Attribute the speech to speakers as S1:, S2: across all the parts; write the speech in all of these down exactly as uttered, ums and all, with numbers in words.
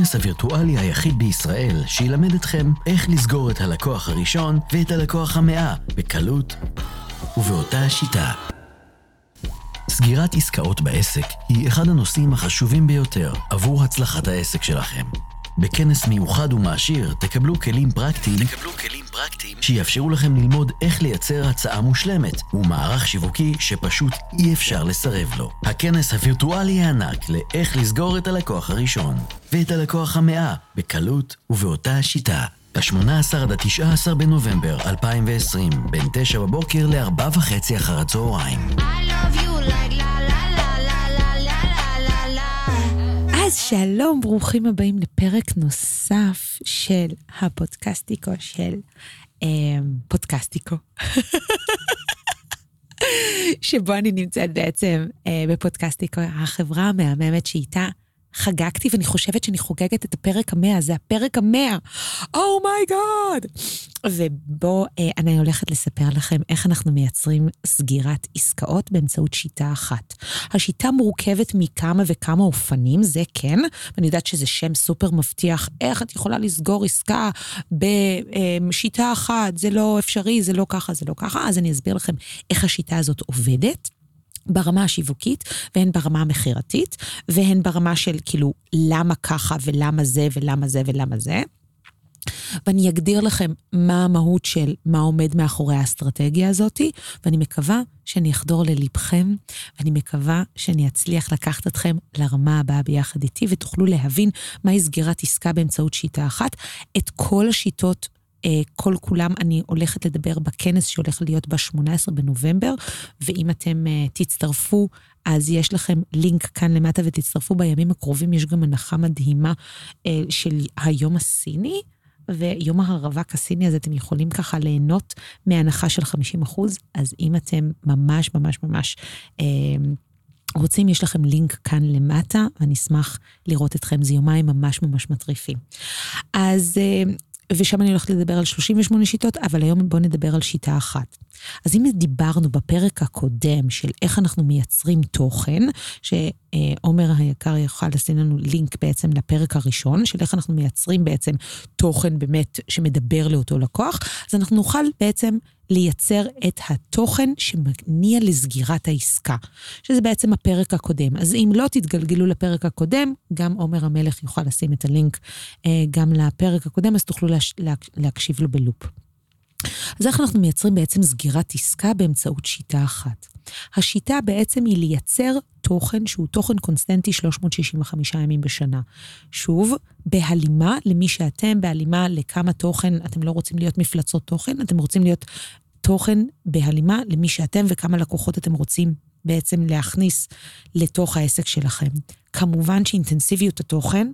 S1: הכנס הווירטואלי היחיד בישראל שילמד אתכם איך לסגור את הלקוח הראשון ואת הלקוח המאה בקלות ובאותה השיטה. סגירת עסקאות בעסק היא אחד הנושאים החשובים ביותר עבור הצלחת העסק שלכם. בכנס מיוחד ומעשיר תקבלו כלים פרקטיים, תקבלו כלים פרקטיים שיאפשרו לכם ללמוד איך לייצר הצעה מושלמת ומערך שיווקי שפשוט אי אפשר לסרב לו. הכנס הווירטואלי הענק לאיך לסגור את הלקוח הראשון ואת הלקוח המאה בקלות ובאותה השיטה. ה-שמונה עשר עד ה-תשעה עשר בנובמבר אלפיים ועשרים, בין תשע בבוקר לארבע וחצי אחר הצהריים.
S2: אז שלום, ברוכים הבאים לפרק נוסף של הפודקאסטיקו של אה, פודקאסטיקו. שבו אני נמצאת בעצם אה, בפודקאסטיקו, החברה המהממת שאיתה חגגתי, ואני חושבת שאני חוגגת את הפרק המאה, זה הפרק המאה. אומייגאד! ובו אה, אני הולכת לספר לכם איך אנחנו מייצרים סגירת עסקאות באמצעות שיטה אחת. השיטה מורכבת מכמה וכמה אופנים, זה כן, ואני יודעת שזה שם סופר מבטיח, איך את יכולה לסגור עסקה בשיטה אחת, זה לא אפשרי, זה לא ככה, זה לא ככה, אז אני אסביר לכם איך השיטה הזאת עובדת. ברמה השיווקית, והן ברמה המחירתית, והן ברמה של כאילו למה ככה ולמה זה ולמה זה ולמה זה. ואני אגדיר לכם מה המהות של מה עומד מאחורי האסטרטגיה הזאת, ואני מקווה שאני אחדור ללבכם, ואני מקווה שאני אצליח לקחת אתכם לרמה הבאה ביחד איתי, ותוכלו להבין מהי סגירת עסקה באמצעות שיטה אחת. את כל השיטות כל כולם אני הולכת לדבר בכנס שהולך להיות ב-שמונה עשר בנובמבר, ואם אתם תצטרפו, אז יש לכם לינק כאן למטה ותצטרפו בימים הקרובים, יש גם הנחה מדהימה של היום הסיני, ויום הרווק הסיני, אז אתם יכולים ככה ליהנות מהנחה של חמישים אחוז, אז אם אתם ממש ממש ממש רוצים, יש לכם לינק כאן למטה, ואני אשמח לראות אתכם, זה יומיים ממש ממש מטריפים. אז ושם אני הולכת לדבר על שלושים ושמונה שיטות, אבל היום בואו נדבר על שיטה אחת. אז אם דיברנו בפרק הקודם של איך אנחנו מייצרים תוכן, שעומר היקר יוכל לשים לנו לינק בעצם לפרק הראשון, של איך אנחנו מייצרים בעצם תוכן באמת שמדבר לאותו לקוח, אז אנחנו נוכל בעצם לייצר את התוכן שמניע לסגירת העסקה, שזה בעצם הפרק הקודם. אז אם לא תתגלגלו לפרק הקודם, גם עומר המלך יוכל לשים את הלינק גם לפרק הקודם, אז תוכלו להקשיב לו בלופ. אז איך אנחנו מייצרים בעצם סגירת עסקה באמצעות שיטה אחת? השיטה בעצם היא לייצר תוכן שהוא תוכן קונסטנטי שלוש מאות שישים וחמישה ימים בשנה. שוב, בהלימה למי שאתם, בהלימה לכמה תוכן, אתם לא רוצים להיות מפלצות תוכן, אתם רוצים להיות תוכן בהלימה למי שאתם וכמה לקוחות אתם רוצים בעצם להכניס לתוך העסק שלכם. כמובן שאינטנסיביות התוכן,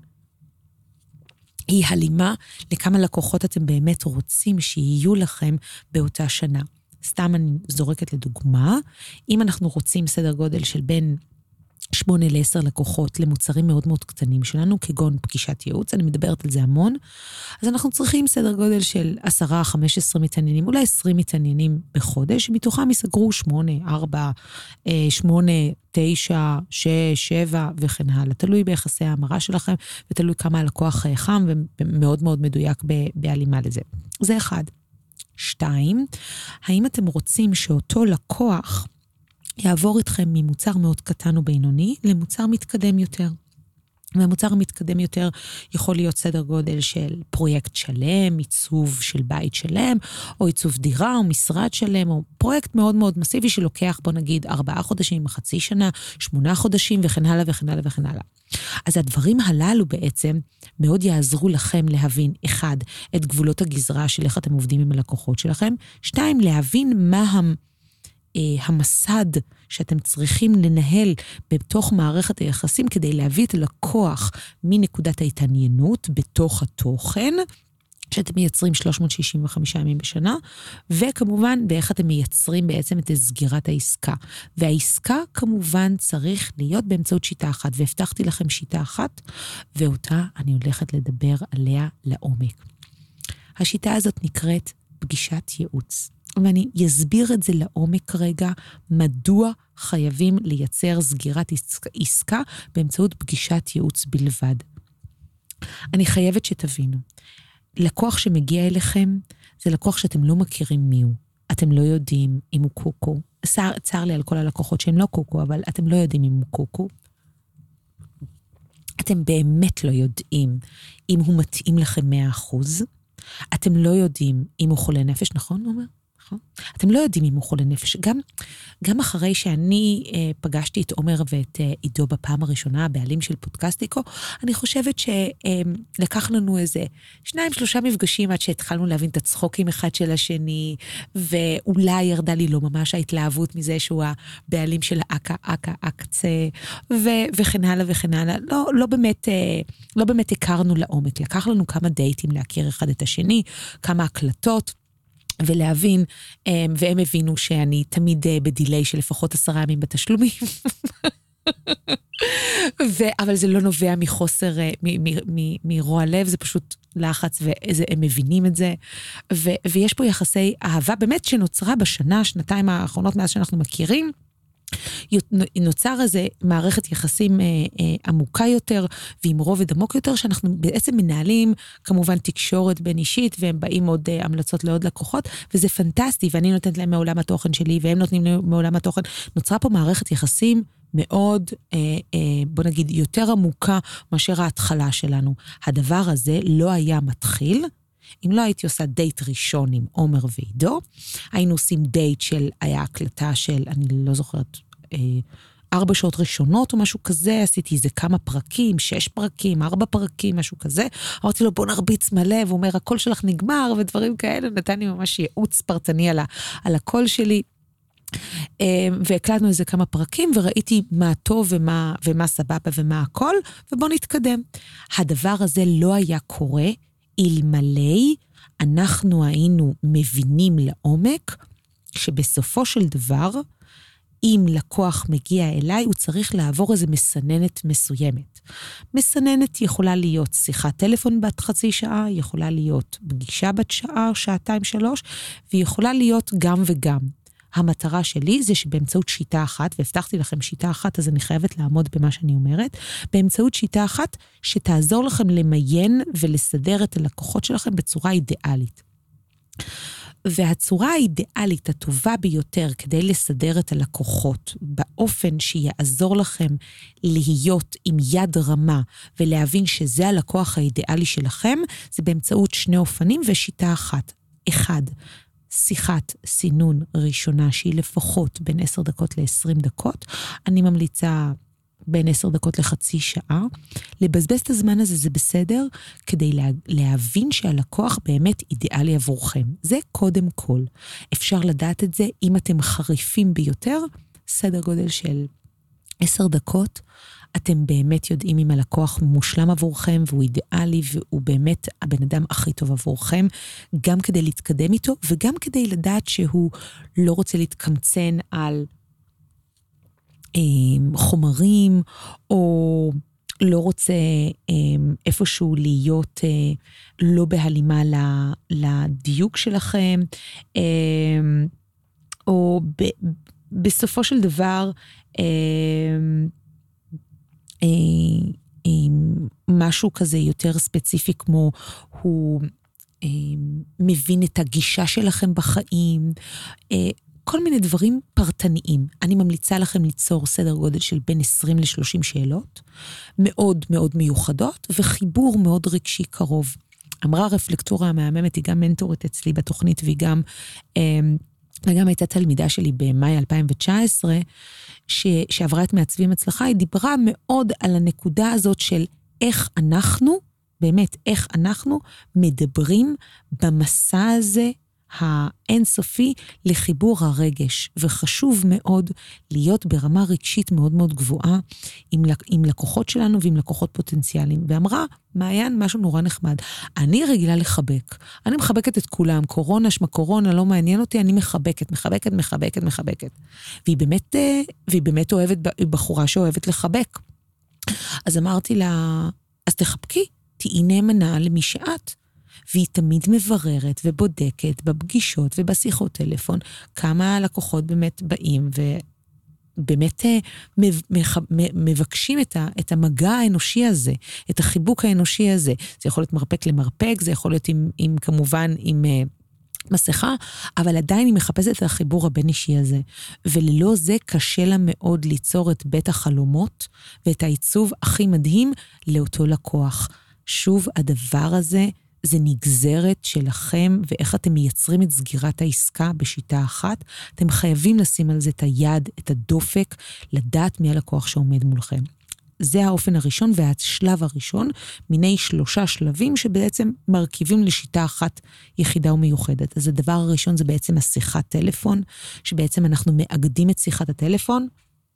S2: היא הלימה לכמה לקוחות אתם באמת רוצים שיהיו לכם באותה שנה. סתם אני זורקת לדוגמה, אם אנחנו רוצים סדר גודל של בין שמונה לעשר לקוחות למוצרים מאוד מאוד קטנים שלנו, כגון פגישת ייעוץ, אני מדברת על זה המון, אז אנחנו צריכים סדר גודל של עשרה, חמש עשרה מתעניינים, אולי עשרים מתעניינים בחודש, מתוכם יסגרו שמונה, ארבע, שמונה, תשע, שש, שבע וכן הלאה. תלוי ביחסי ההמרה שלכם, ותלוי כמה הלקוח חם, ומאוד מאוד מדויק בהלימה לזה. זה אחד. שתיים, האם אתם רוצים שאותו לקוח יעבור איתכם ממוצר מאוד קטן ובינוני למוצר מתקדם יותר? והמוצר המתקדם יותר יכול להיות סדר גודל של פרויקט שלם, עיצוב של בית שלם, או עיצוב דירה, או משרד שלם, או פרויקט מאוד מאוד מסיבי שלוקח, בוא נגיד, ארבעה חודשים, חצי שנה, שמונה חודשים, וכן הלאה וכן הלאה וכן הלאה. אז הדברים הללו בעצם מאוד יעזרו לכם להבין, אחד, את גבולות הגזרה של איך אתם עובדים עם הלקוחות שלכם, שתיים, להבין מה הם המסד שאתם צריכים לנהל בתוך מערכת היחסים כדי להביא את הלקוח מנקודת ההתעניינות בתוך התוכן, שאתם מייצרים שלוש מאות שישים וחמישה ימים בשנה, וכמובן באיך אתם מייצרים בעצם את סגירת העסקה. והעסקה כמובן צריך להיות באמצעות שיטה אחת, והבטחתי לכם שיטה אחת, ואותה אני הולכת לדבר עליה לעומק. השיטה הזאת נקראת פגישת ייעוץ. ואני אסביר את זה לעומק רגע, מדוע חייבים לייצר סגירת עסקה באמצעות פגישת ייעוץ בלבד. אני חייבת שתבינו, לקוח שמגיע אליכם, זה לקוח שאתם לא מכירים מי הוא. אתם לא יודעים אם הוא קוקו. צר, צר לי על כל הלקוחות שהם לא קוקו, אבל אתם לא יודעים אם הוא קוקו. אתם באמת לא יודעים אם הוא מתאים לכם מאה אחוז. אתם לא יודעים אם הוא חולה נפש, נכון, עומר? נכון? אתם לא יודעים אם הוא חולה נפש. גם, גם אחרי שאני אה, פגשתי את עומר ואת אה, עידו בפעם הראשונה, הבעלים של פודקאסטיקו, אני חושבת שלקח אה, לנו איזה שניים, שלושה מפגשים עד שהתחלנו להבין את הצחוקים אחד של השני, ואולי ירדה לי לא ממש ההתלהבות מזה שהוא הבעלים של האקה, אקה, אקצה, ו- וכן הלאה וכן הלאה. לא, לא באמת, אה, לא באמת הכרנו לעומק. לקח לנו כמה דייטים להכיר אחד את השני, כמה הקלטות, ולהבין, והם הבינו שאני תמיד בדילי של לפחות עשרה ימים בתשלומים. ו- אבל זה לא נובע מחוסר, מ- מ- מ- מרוע לב, זה פשוט לחץ, והם מבינים את זה. ו- ויש פה יחסי אהבה באמת שנוצרה בשנה, שנתיים האחרונות מאז שאנחנו מכירים, נוצר איזה מערכת יחסים אה, אה, עמוקה יותר, ועם רובד עמוק יותר, שאנחנו בעצם מנהלים, כמובן תקשורת בין אישית, והם באים עוד אה, המלצות לעוד לקוחות, וזה פנטסטי, ואני נותנת להם מעולם התוכן שלי, והם נותנים להם מעולם התוכן. נוצרה פה מערכת יחסים מאוד, אה, אה, בוא נגיד, יותר עמוקה מאשר ההתחלה שלנו. הדבר הזה לא היה מתחיל, אם לא הייתי עושה דייט ראשון עם עומר ועידו, היינו עושים דייט של, היה הקלטה של, אני לא זוכרת, אה, ארבע שעות ראשונות או משהו כזה, עשיתי איזה כמה פרקים, שש פרקים, ארבע פרקים, משהו כזה, אמרתי לו בוא נרביץ מלא, והוא אומר הקול שלך נגמר ודברים כאלה, נתן לי ממש ייעוץ פרטני על, ה, על הקול שלי, והקלטנו איזה כמה פרקים, וראיתי מה טוב ומה, ומה סבבה ומה הכל, ובוא נתקדם. הדבר הזה לא היה קורה, אלמלא אנחנו היינו מבינים לעומק, שבסופו של דבר, אם לקוח מגיע אליי, הוא צריך לעבור איזו מסננת מסוימת. מסננת יכולה להיות שיחת טלפון בת חצי שעה, יכולה להיות פגישה בת שעה, שעתיים, שלוש, ויכולה להיות גם וגם. המטרה שלי זה שבאמצעות שיטה אחת, והבטחתי לכם שיטה אחת, אז אני חייבת לעמוד במה שאני אומרת, באמצעות שיטה אחת שתעזור לכם למיין ולסדר את הלקוחות שלכם בצורה אידיאלית. והצורה האידיאלית הטובה ביותר כדי לסדר את הלקוחות באופן שיעזור לכם להיות עם יד רמה ולהבין שזה הלקוח האידיאלי שלכם, זה באמצעות שני אופנים ושיטה אחת. אחד, שיחת סינון ראשונה שהיא לפחות בין עשר דקות ל-עשרים דקות. אני ממליצה בין עשר דקות לחצי שעה. לבזבז את הזמן הזה זה בסדר, כדי לה, להבין שהלקוח באמת אידיאלי עבורכם. זה קודם כל. אפשר לדעת את זה אם אתם חריפים ביותר, סדר גודל של עשר דקות, אתם באמת יודעים אם הלקוח מושלם עבורכם, והוא אידיאלי, והוא באמת הבן אדם הכי טוב עבורכם, גם כדי להתקדם איתו, וגם כדי לדעת שהוא לא רוצה להתקמצן על אה, חומרים, או לא רוצה אה, איפשהו להיות אה, לא בהלימה לדיוק שלכם, אה, או ב, בסופו של דבר, אה, משהו כזה יותר ספציפי, כמו הוא מבין את הגישה שלכם בחיים, כל מיני דברים פרטניים. אני ממליצה לכם ליצור סדר גודל של בין עשרים לשלושים שאלות, מאוד מאוד מיוחדות, וחיבור מאוד רגשי קרוב. אמרה רפלקטורה המהממת, היא גם מנטורית אצלי בתוכנית, והיא גם, וגם הייתה תלמידה שלי במאי אלפיים תשע עשרה, ש, שעברה את מעצבים הצלחה, היא דיברה מאוד על הנקודה הזאת של איך אנחנו, באמת איך אנחנו מדברים במסע הזה האינסופי לחיבור הרגש, וחשוב מאוד להיות ברמה רגשית מאוד מאוד גבוהה עם, עם לקוחות שלנו ועם לקוחות פוטנציאליים. ואמרה, מעיין, משהו נורא נחמד. אני רגילה לחבק. אני מחבקת את כולם. קורונה, שמה קורונה, לא מעניין אותי, אני מחבקת, מחבקת, מחבקת, מחבקת. והיא באמת, והיא באמת אוהבת, היא בחורה שאוהבת לחבק. אז אמרתי לה, אז תחבקי, תהי נאמנה למי שאת. והיא תמיד מבררת ובודקת בפגישות ובשיחות טלפון, כמה הלקוחות באמת באים באמת מבקשים את המגע האנושי הזה, את החיבוק האנושי הזה. זה יכול להיות מרפק למרפק, זה יכול להיות עם, עם כמובן עם מסכה, אבל עדיין היא מחפשת את החיבור הבין אישי הזה. וללא זה קשה לה מאוד ליצור את בית החלומות, ואת העיצוב הכי מדהים לאותו לקוח. שוב, הדבר הזה, זה נגזרת שלכם, ואיך אתם מייצרים את סגירת העסקה בשיטה אחת. אתם חייבים לשים על זה את היד, את הדופק, לדעת מי הלקוח שעומד מולכם. זה האופן הראשון והשלב הראשון, מיני שלושה שלבים שבעצם מרכיבים לשיטה אחת יחידה ומיוחדת. אז הדבר הראשון זה בעצם השיחת טלפון, שבעצם אנחנו מאגדים את שיחת הטלפון,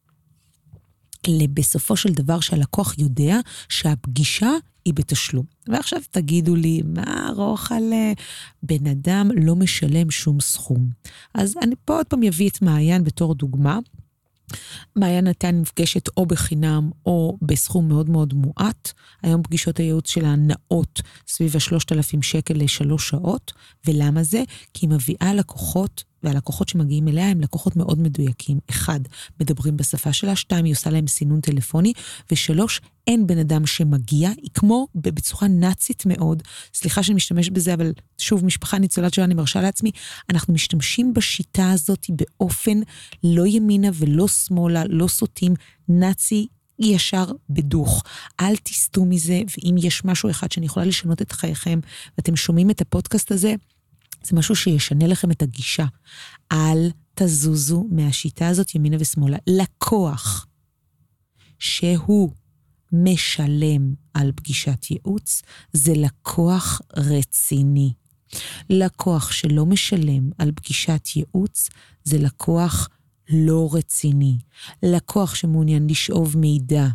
S2: לבסופו של דבר שהלקוח יודע שהפגישה היא בתשלום. ועכשיו תגידו לי, מה רוח על בן אדם לא משלם שום סכום? אז אני פה עוד פעם יביא את מעיין בתור דוגמה. מעיין נתן נפגשת או בחינם או בסכום מאוד מאוד מועט. היום פגישות הייעוץ שלה נעות סביב ה-שלושת אלפים שקל לשלוש שעות. ולמה זה? כי היא מביאה לקוחות, והלקוחות שמגיעים אליה הם לקוחות מאוד מדויקים. אחד, מדברים בשפה שלה, שתיים, היא עושה להם סינון טלפוני, ושלוש, אין בן אדם שמגיע, היא כמו בצורה נאצית מאוד, סליחה שאני משתמש בזה, אבל שוב, משפחה ניצולת שואה, אני מרשה לעצמי, אנחנו משתמשים בשיטה הזאת באופן לא ימינה ולא שמאלה, לא סוטים, נאצי ישר בדוך. אל תסתו מזה, ואם יש משהו אחד שאני יכולה לשנות את חייכם, ואתם שומעים את הפודקאסט הזה, זה משהו שישנה לכם את הגישה. אל תזוזו מהשיטה הזאת ימינה ושמאלה. לקוח שהוא משלם על פגישת ייעוץ, זה לקוח רציני. לקוח שלא משלם על פגישת ייעוץ, זה לקוח לא רציני. לקוח שמעוניין לשאוב מידע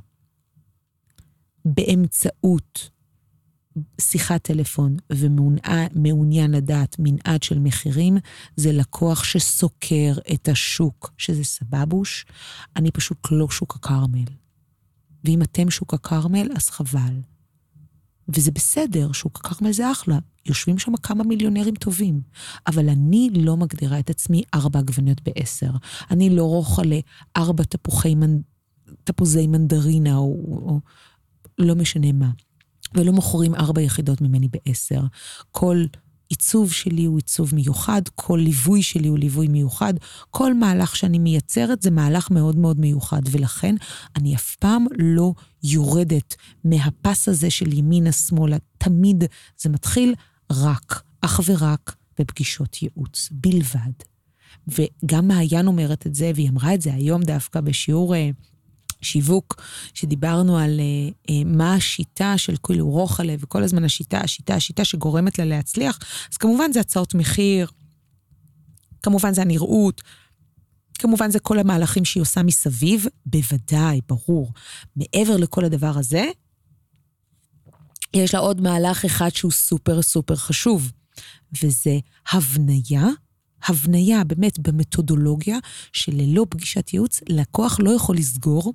S2: באמצעות שיחת טלפון ומעוניין לדעת מנעד של מחירים, זה לקוח שסוקר את השוק, שזה סבבוש. אני פשוט לא שוק הקרמל. ואם אתם שוק הקרמל, אז חבל. וזה בסדר, שוק הקרמל זה אחלה. יושבים שם כמה מיליונרים טובים. אבל אני לא מגדירה את עצמי ארבע עגבניות בעשר. אני לא רוחה לארבע תפוחי מנ... תפוזי מנדרינה, או, או לא משנה מה. ולא מוכרים ארבע יחידות ממני בעשר. כל עיצוב שלי הוא עיצוב מיוחד, כל ליווי שלי הוא ליווי מיוחד, כל מהלך שאני מייצרת זה מהלך מאוד מאוד מיוחד, ולכן אני אף פעם לא יורדת מהפס הזה של ימינה שמאלה, תמיד זה מתחיל רק, אך ורק בפגישות ייעוץ, בלבד. וגם מעיין אומרת את זה, והיא אמרה את זה היום דווקא בשיעור שיווק, שדיברנו על uh, uh, מה השיטה של כאילו רוח עליה, וכל הזמן השיטה, השיטה, השיטה שגורמת לה להצליח, אז כמובן זה הצעות מחיר, כמובן זה הנראות, כמובן זה כל המהלכים שהיא עושה מסביב, בוודאי, ברור. מעבר לכל הדבר הזה, יש לה עוד מהלך אחד שהוא סופר סופר חשוב, וזה הבניה, הבניה באמת במתודולוגיה, שללא פגישת ייעוץ, לקוח לא יכול לסגור,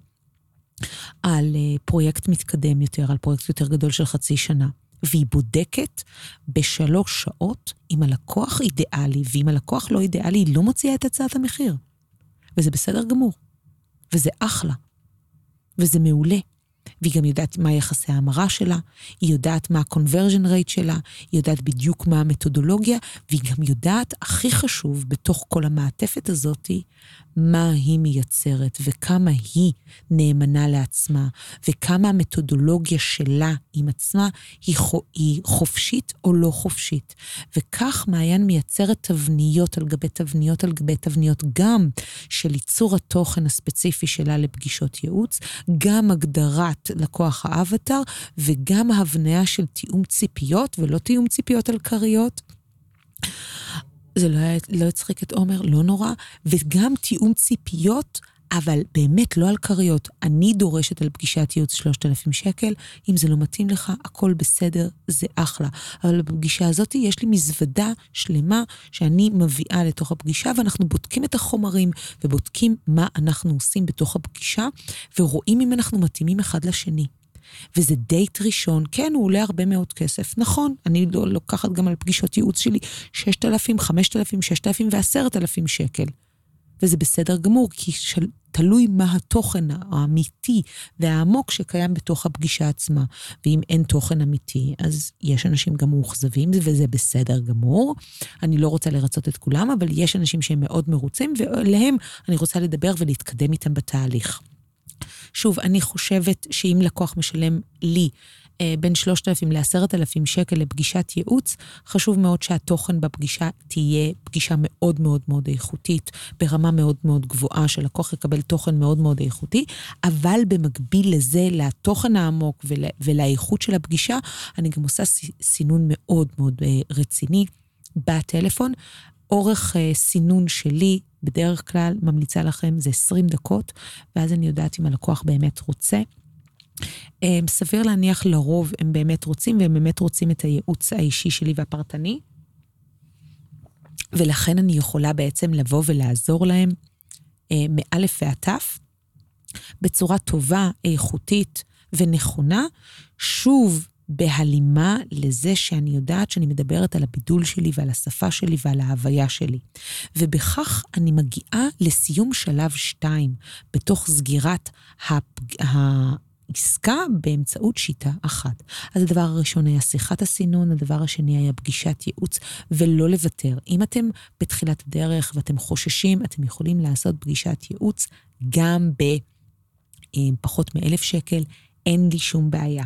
S2: על פרויקט מתקדם יותר, על פרויקט יותר גדול של חצי שנה. והיא בודקת בשלוש שעות אם הלקוח אידיאלי, ואם הלקוח לא אידיאלי, היא לא מוציאה את הצעת המחיר. וזה בסדר גמור. וזה אחלה. וזה מעולה. והיא גם יודעת מה יחסי ההמרה שלה, היא יודעת מה ה-conversion rate שלה, היא יודעת בדיוק מה המתודולוגיה, והיא גם יודעת, הכי חשוב, בתוך כל המעטפת הזאת, מה היא מייצרת, וכמה היא נאמנה לעצמה, וכמה המתודולוגיה שלה עם עצמה, היא, היא חופשית או לא חופשית. וכך מעיין מייצרת תבניות על גבי תבניות על גבי תבניות, גם של ייצור התוכן הספציפי שלה לפגישות ייעוץ, גם הגדרת לקוח האבטר, וגם ההבניה של תיאום ציפיות, ולא תיאום ציפיות על קריות. זה לא, לא יצחיק את עומר, לא נורא, וגם תיאום ציפיות, אבל באמת לא על קריות. אני דורשת על פגישת ייעוץ שלושת אלפים שקל, אם זה לא מתאים לך, הכל בסדר, זה אחלה. אבל בפגישה הזאת יש לי מזוודה שלמה שאני מביאה לתוך הפגישה, ואנחנו בודקים את החומרים, ובודקים מה אנחנו עושים בתוך הפגישה, ורואים אם אנחנו מתאימים אחד לשני. וזה דייט ראשון, כן, הוא עולה הרבה מאוד כסף, נכון, אני לא לוקחת גם על פגישות ייעוץ שלי, ששת אלפים, חמשת אלפים, ששת אלפים ועשרת אלפים שקל. וזה בסדר גמור, כי של, תלוי מה התוכן האמיתי והעמוק שקיים בתוך הפגישה עצמה. ואם אין תוכן אמיתי, אז יש אנשים גם מאוכזבים, וזה בסדר גמור. אני לא רוצה לרצות את כולם, אבל יש אנשים שהם מאוד מרוצים, ולהם אני רוצה לדבר ולהתקדם איתם בתהליך. שוב, אני חושבת שאם לקוח משלם לי בין שלושת אלפים לעשרת אלפים שקל לפגישת ייעוץ, חשוב מאוד שהתוכן בפגישה תהיה פגישה מאוד מאוד מאוד איכותית, ברמה מאוד מאוד גבוהה, שלקוח יקבל תוכן מאוד מאוד איכותי, אבל במקביל לזה, לתוכן העמוק ול, ולאיכות של הפגישה, אני גם עושה סינון מאוד מאוד רציני בטלפון. אורך סינון שלי, בדרך כלל ממליצה לכם, זה עשרים דקות, ואז אני יודעת אם הלקוח באמת רוצה. סביר להניח לרוב הם באמת רוצים, והם באמת רוצים את הייעוץ האישי שלי והפרטני, ולכן אני יכולה בעצם לבוא ולעזור להם מאלף ועד תף, בצורה טובה, איכותית ונכונה, שוב בהלימה לזה שאני יודעת שאני מדברת על הבידול שלי ועל השפה שלי ועל ההוויה שלי. ובכך אני מגיעה לסיום שלב שתיים, בתוך סגירת הפג... העסקה באמצעות שיטה אחת. אז הדבר הראשון היה שיחת הסינון, הדבר השני היה פגישת ייעוץ, ולא לוותר. אם אתם בתחילת הדרך ואתם חוששים, אתם יכולים לעשות פגישת ייעוץ גם בפחות מאלף שקל, אין לי שום בעיה.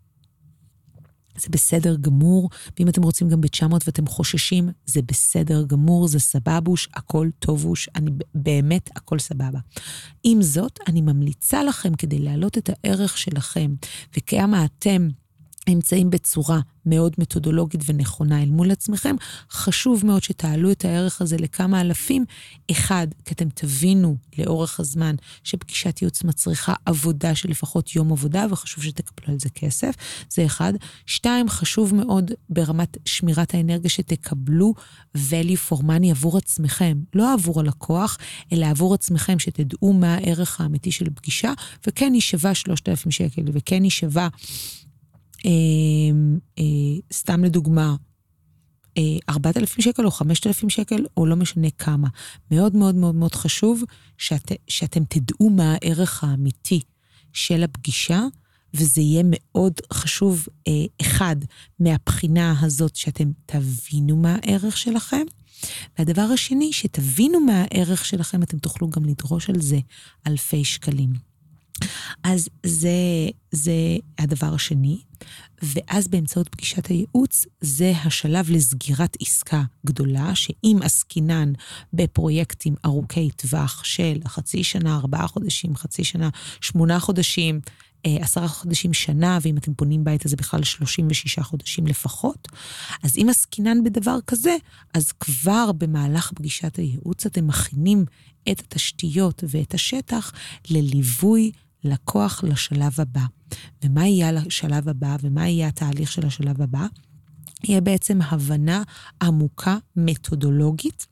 S2: זה בסדר גמור, ואם אתם רוצים גם ב-תשע מאות ואתם חוששים, זה בסדר גמור, זה סבבוש, הכל טובוש, אני באמת הכל סבבה. עם זאת, אני ממליצה לכם כדי להעלות את הערך שלכם, וכמה אתם נמצאים בצורה מאוד מתודולוגית ונכונה אל מול עצמכם, חשוב מאוד שתעלו את הערך הזה לכמה אלפים. אחד, כי אתם תבינו לאורך הזמן שפגישת ייעוץ מצריכה עבודה של לפחות יום עבודה, וחשוב שתקבלו על זה כסף, זה אחד. שתיים, חשוב מאוד ברמת שמירת האנרגיה שתקבלו value for money עבור עצמכם, לא עבור הלקוח, אלא עבור עצמכם, שתדעו מה הערך האמיתי של פגישה, וכן היא שווה שלושת אלפים שקל, וכן היא שווה אה, אה, סתם לדוגמה, ארבעת אלפים שקל או חמשת אלפים שקל, או לא משנה כמה. מאוד מאוד מאוד מאוד חשוב שאת, שאתם תדעו מה הערך האמיתי של הפגישה, וזה יהיה מאוד חשוב, אה, אחד, מהבחינה הזאת שאתם תבינו מה הערך שלכם, והדבר השני, שתבינו מה הערך שלכם, אתם תוכלו גם לדרוש על זה אלפי שקלים. אז זה, זה הדבר השני, ואז באמצעות פגישת הייעוץ, זה השלב לסגירת עסקה גדולה, שאם עסקינן בפרויקטים ארוכי טווח של חצי שנה, ארבעה חודשים, חצי שנה, שמונה חודשים, עשרה חודשים, שנה, ואם אתם בונים בית הזה בכלל שלושים ושישה חודשים לפחות, אז אם עסקינן בדבר כזה, אז כבר במהלך פגישת הייעוץ אתם מכינים את התשתיות ואת השטח לליווי לקוח לשלב הבא. ומה יהיה לשלב הבא, ומה יהיה התהליך של השלב הבא? יהיה בעצם הבנה עמוקה מתודולוגית,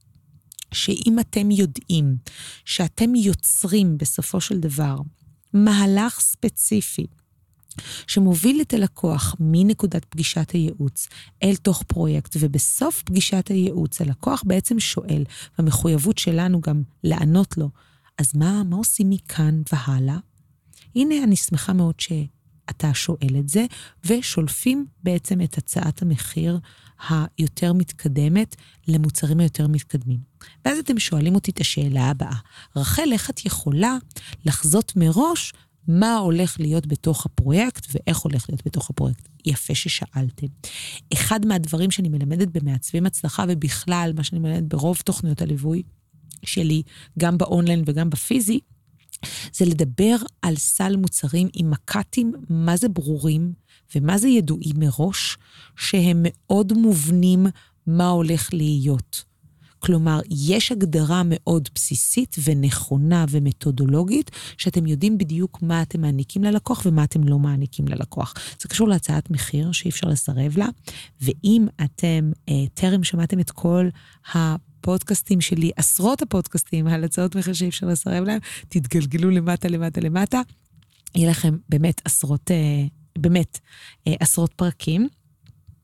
S2: שאם אתם יודעים שאתם יוצרים בסופו של דבר מהלך ספציפי, שמוביל את הלקוח מנקודת פגישת הייעוץ אל תוך פרויקט, ובסוף פגישת הייעוץ הלקוח בעצם שואל, והמחויבות שלנו גם לענות לו, אז מה, מה עושים מכאן והלאה? הנה אני שמחה מאוד שאתה שואל את זה, ושולפים בעצם את הצעת המחיר היותר מתקדמת למוצרים היותר מתקדמים. ואז אתם שואלים אותי את השאלה הבאה, רחל, איך את יכולה לחזות מראש מה הולך להיות בתוך הפרויקט, ואיך הולך להיות בתוך הפרויקט? יפה ששאלתם. אחד מהדברים שאני מלמדת במעצבים הצלחה, ובכלל מה שאני מלמדת ברוב תוכניות הליווי שלי, גם באונליין וגם בפיזי, זה לדבר על סל מוצרים עם מקטים, מה זה ברורים, ומה זה ידועים מראש, שהם מאוד מובנים מה הולך להיות. כלומר, יש הגדרה מאוד בסיסית ונכונה ומתודולוגית, שאתם יודעים בדיוק מה אתם מעניקים ללקוח ומה אתם לא מעניקים ללקוח. זה קשור להצעת מחיר שאי אפשר לסרב לה, ואם אתם אה, טרם שמעתם את כל הפודקאסטים שלי, עשרות הפודקאסטים על הצעות מחיר שאי אפשר לסרב להם, תתגלגלו למטה, למטה, למטה, יהיה לכם באמת עשרות, אה, באמת אה, עשרות פרקים,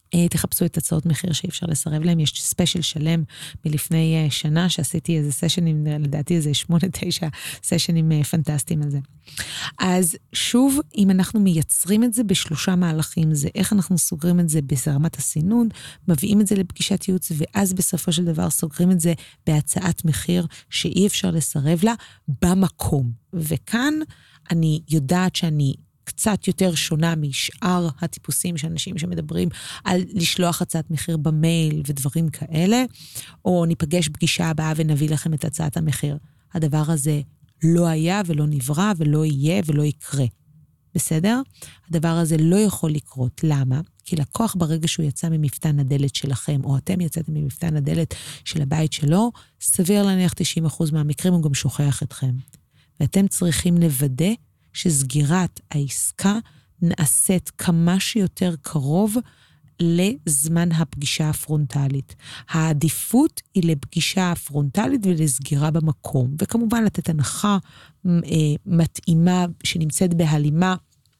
S2: תחפשו את הצעות מחיר שאי אפשר לסרב להם, יש ספיישל שלם מלפני שנה, שעשיתי איזה סשנים, לדעתי איזה שמונה, תשע סשנים פנטסטיים על זה. אז שוב, אם אנחנו מייצרים את זה בשלושה מהלכים, זה איך אנחנו סוגרים את זה ברמת הסינון, מביאים את זה לפגישת ייעוץ, ואז בסופו של דבר סוגרים את זה בהצעת מחיר שאי אפשר לסרב לה במקום. וכאן אני יודעת שאני קצת יותר שונה משאר הטיפוסים של אנשים שמדברים על לשלוח הצעת מחיר במייל ודברים כאלה, או ניפגש פגישה הבאה ונביא לכם את הצעת המחיר. הדבר הזה לא היה ולא נברא ולא יהיה ולא יקרה. בסדר? הדבר הזה לא יכול לקרות. למה? כי לקוח ברגע שהוא יצא ממפתן הדלת שלכם, או אתם יצאתם ממפתן הדלת של הבית שלו, סביר להניח תשעים אחוז מהמקרים הוא גם שוכח אתכם. ואתם צריכים לוודא שסגירת העסקה נעשית כמה שיותר קרוב לזמן הפגישה הפרונטלית. העדיפות היא לפגישה הפרונטלית ולסגירה במקום, וכמובן לתת הנחה מתאימה שנמצאת בהלימה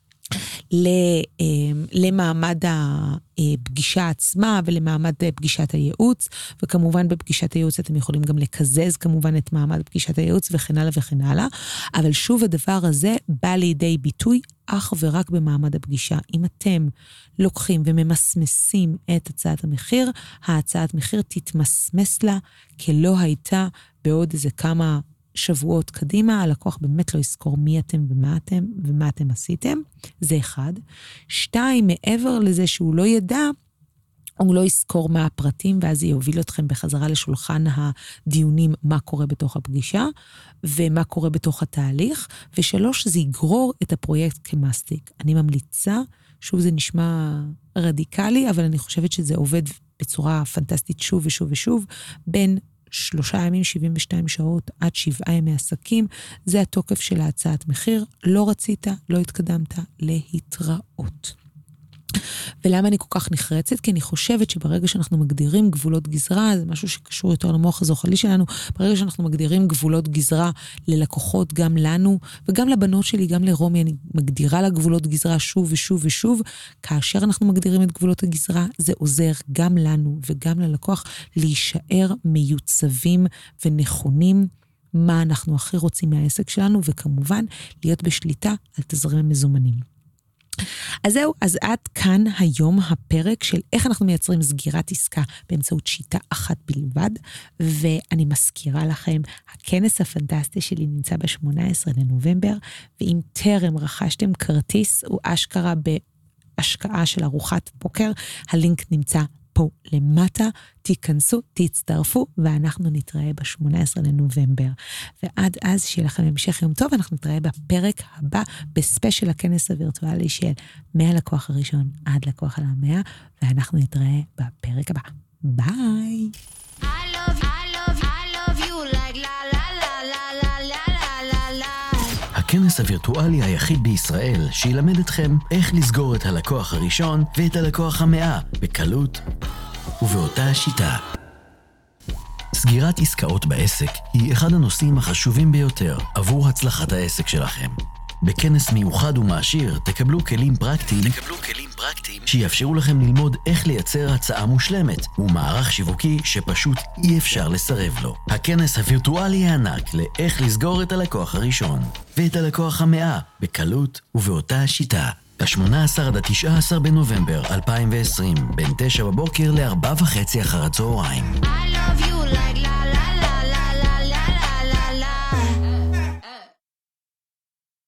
S2: למעמד הפגישה עצמה ולמעמד פגישת הייעוץ, וכמובן בפגישת הייעוץ אתם יכולים גם לקזז כמובן את מעמד פגישת הייעוץ וכן הלאה וכן הלאה, אבל שוב הדבר הזה בא לידי ביטוי אך ורק במעמד הפגישה. אם אתם לוקחים וממסמסים את הצעת המחיר, ההצעת מחיר תתמסמס לה כלא הייתה בעוד איזה כמה שבועות קדימה, הלקוח באמת לא יזכור מי אתם ומה אתם ומה אתם עשיתם. זה אחד. שתיים, מעבר לזה שהוא לא ידע, הוא לא יזכור מה הפרטים, ואז יוביל אתכם בחזרה לשולחן הדיונים מה קורה בתוך הפגישה, ומה קורה בתוך התהליך. ושלוש, זה יגרור את הפרויקט כמסטיק. אני ממליצה, שוב זה נשמע רדיקלי, אבל אני חושבת שזה עובד בצורה פנטסטית שוב ושוב ושוב, בין שלושה ימים, שבעים ושתיים שעות, עד שבעה ימי עסקים, זה התוקף של ההצעת מחיר. לא רצית, לא התקדמת, להתראות. ולמה אני כל כך נחרצת? כי אני חושבת שברגע שאנחנו מגדירים גבולות גזרה, זה משהו שקשור יותר למוח הזוחלי שלנו, ברגע שאנחנו מגדירים גבולות גזרה ללקוחות, גם לנו, וגם לבנות שלי, גם לרומי, אני מגדירה לה גבולות גזרה שוב ושוב ושוב, כאשר אנחנו מגדירים את גבולות הגזרה, זה עוזר גם לנו וגם ללקוח להישאר מיוצבים ונכונים, מה אנחנו הכי רוצים מהעסק שלנו, וכמובן להיות בשליטה על תזרים המזומנים. אז זהו, אז עד כאן היום הפרק של איך אנחנו מייצרים סגירת עסקה באמצעות שיטה אחת בלבד, ואני מזכירה לכם, הכנס הפנטסטי שלי נמצא ב-שמונה עשרה לנובמבר, ואם טרם רכשתם כרטיס, הוא אשכרה בהשקעה של ארוחת בוקר, הלינק נמצא פה למטה, תיכנסו, תצטרפו, ואנחנו נתראה ב-שמונה עשרה לנובמבר. ועד אז, שיהיה לכם המשך יום טוב, אנחנו נתראה בפרק הבא, בספיישל הכנס הווירטואלי של מהלקוח הראשון עד לקוח על המאה, ואנחנו נתראה בפרק הבא. ביי!
S1: הכנס הווירטואלי היחיד בישראל שילמד אתכם איך לסגור את הלקוח הראשון ואת הלקוח המאה בקלות ובאותה השיטה. סגירת עסקאות בעסק היא אחד הנושאים החשובים ביותר עבור הצלחת העסק שלכם. בכנס מיוחד ומעשיר תקבלו כלים פרקטיים, תקבלו כלים פרקטיים שיאפשרו לכם ללמוד איך לייצר הצעה מושלמת ומערך שיווקי שפשוט אי אפשר לסרב לו. הכנס הווירטואלי הענק לאיך לסגור את הלקוח הראשון ואת הלקוח המאה בקלות ובאותה השיטה. ה-שמונה עשר עד ה-תשעה עשר בנובמבר אלפיים ועשרים, בין תשע בבוקר ל-ארבע וחצי אחר הצהריים. I love you.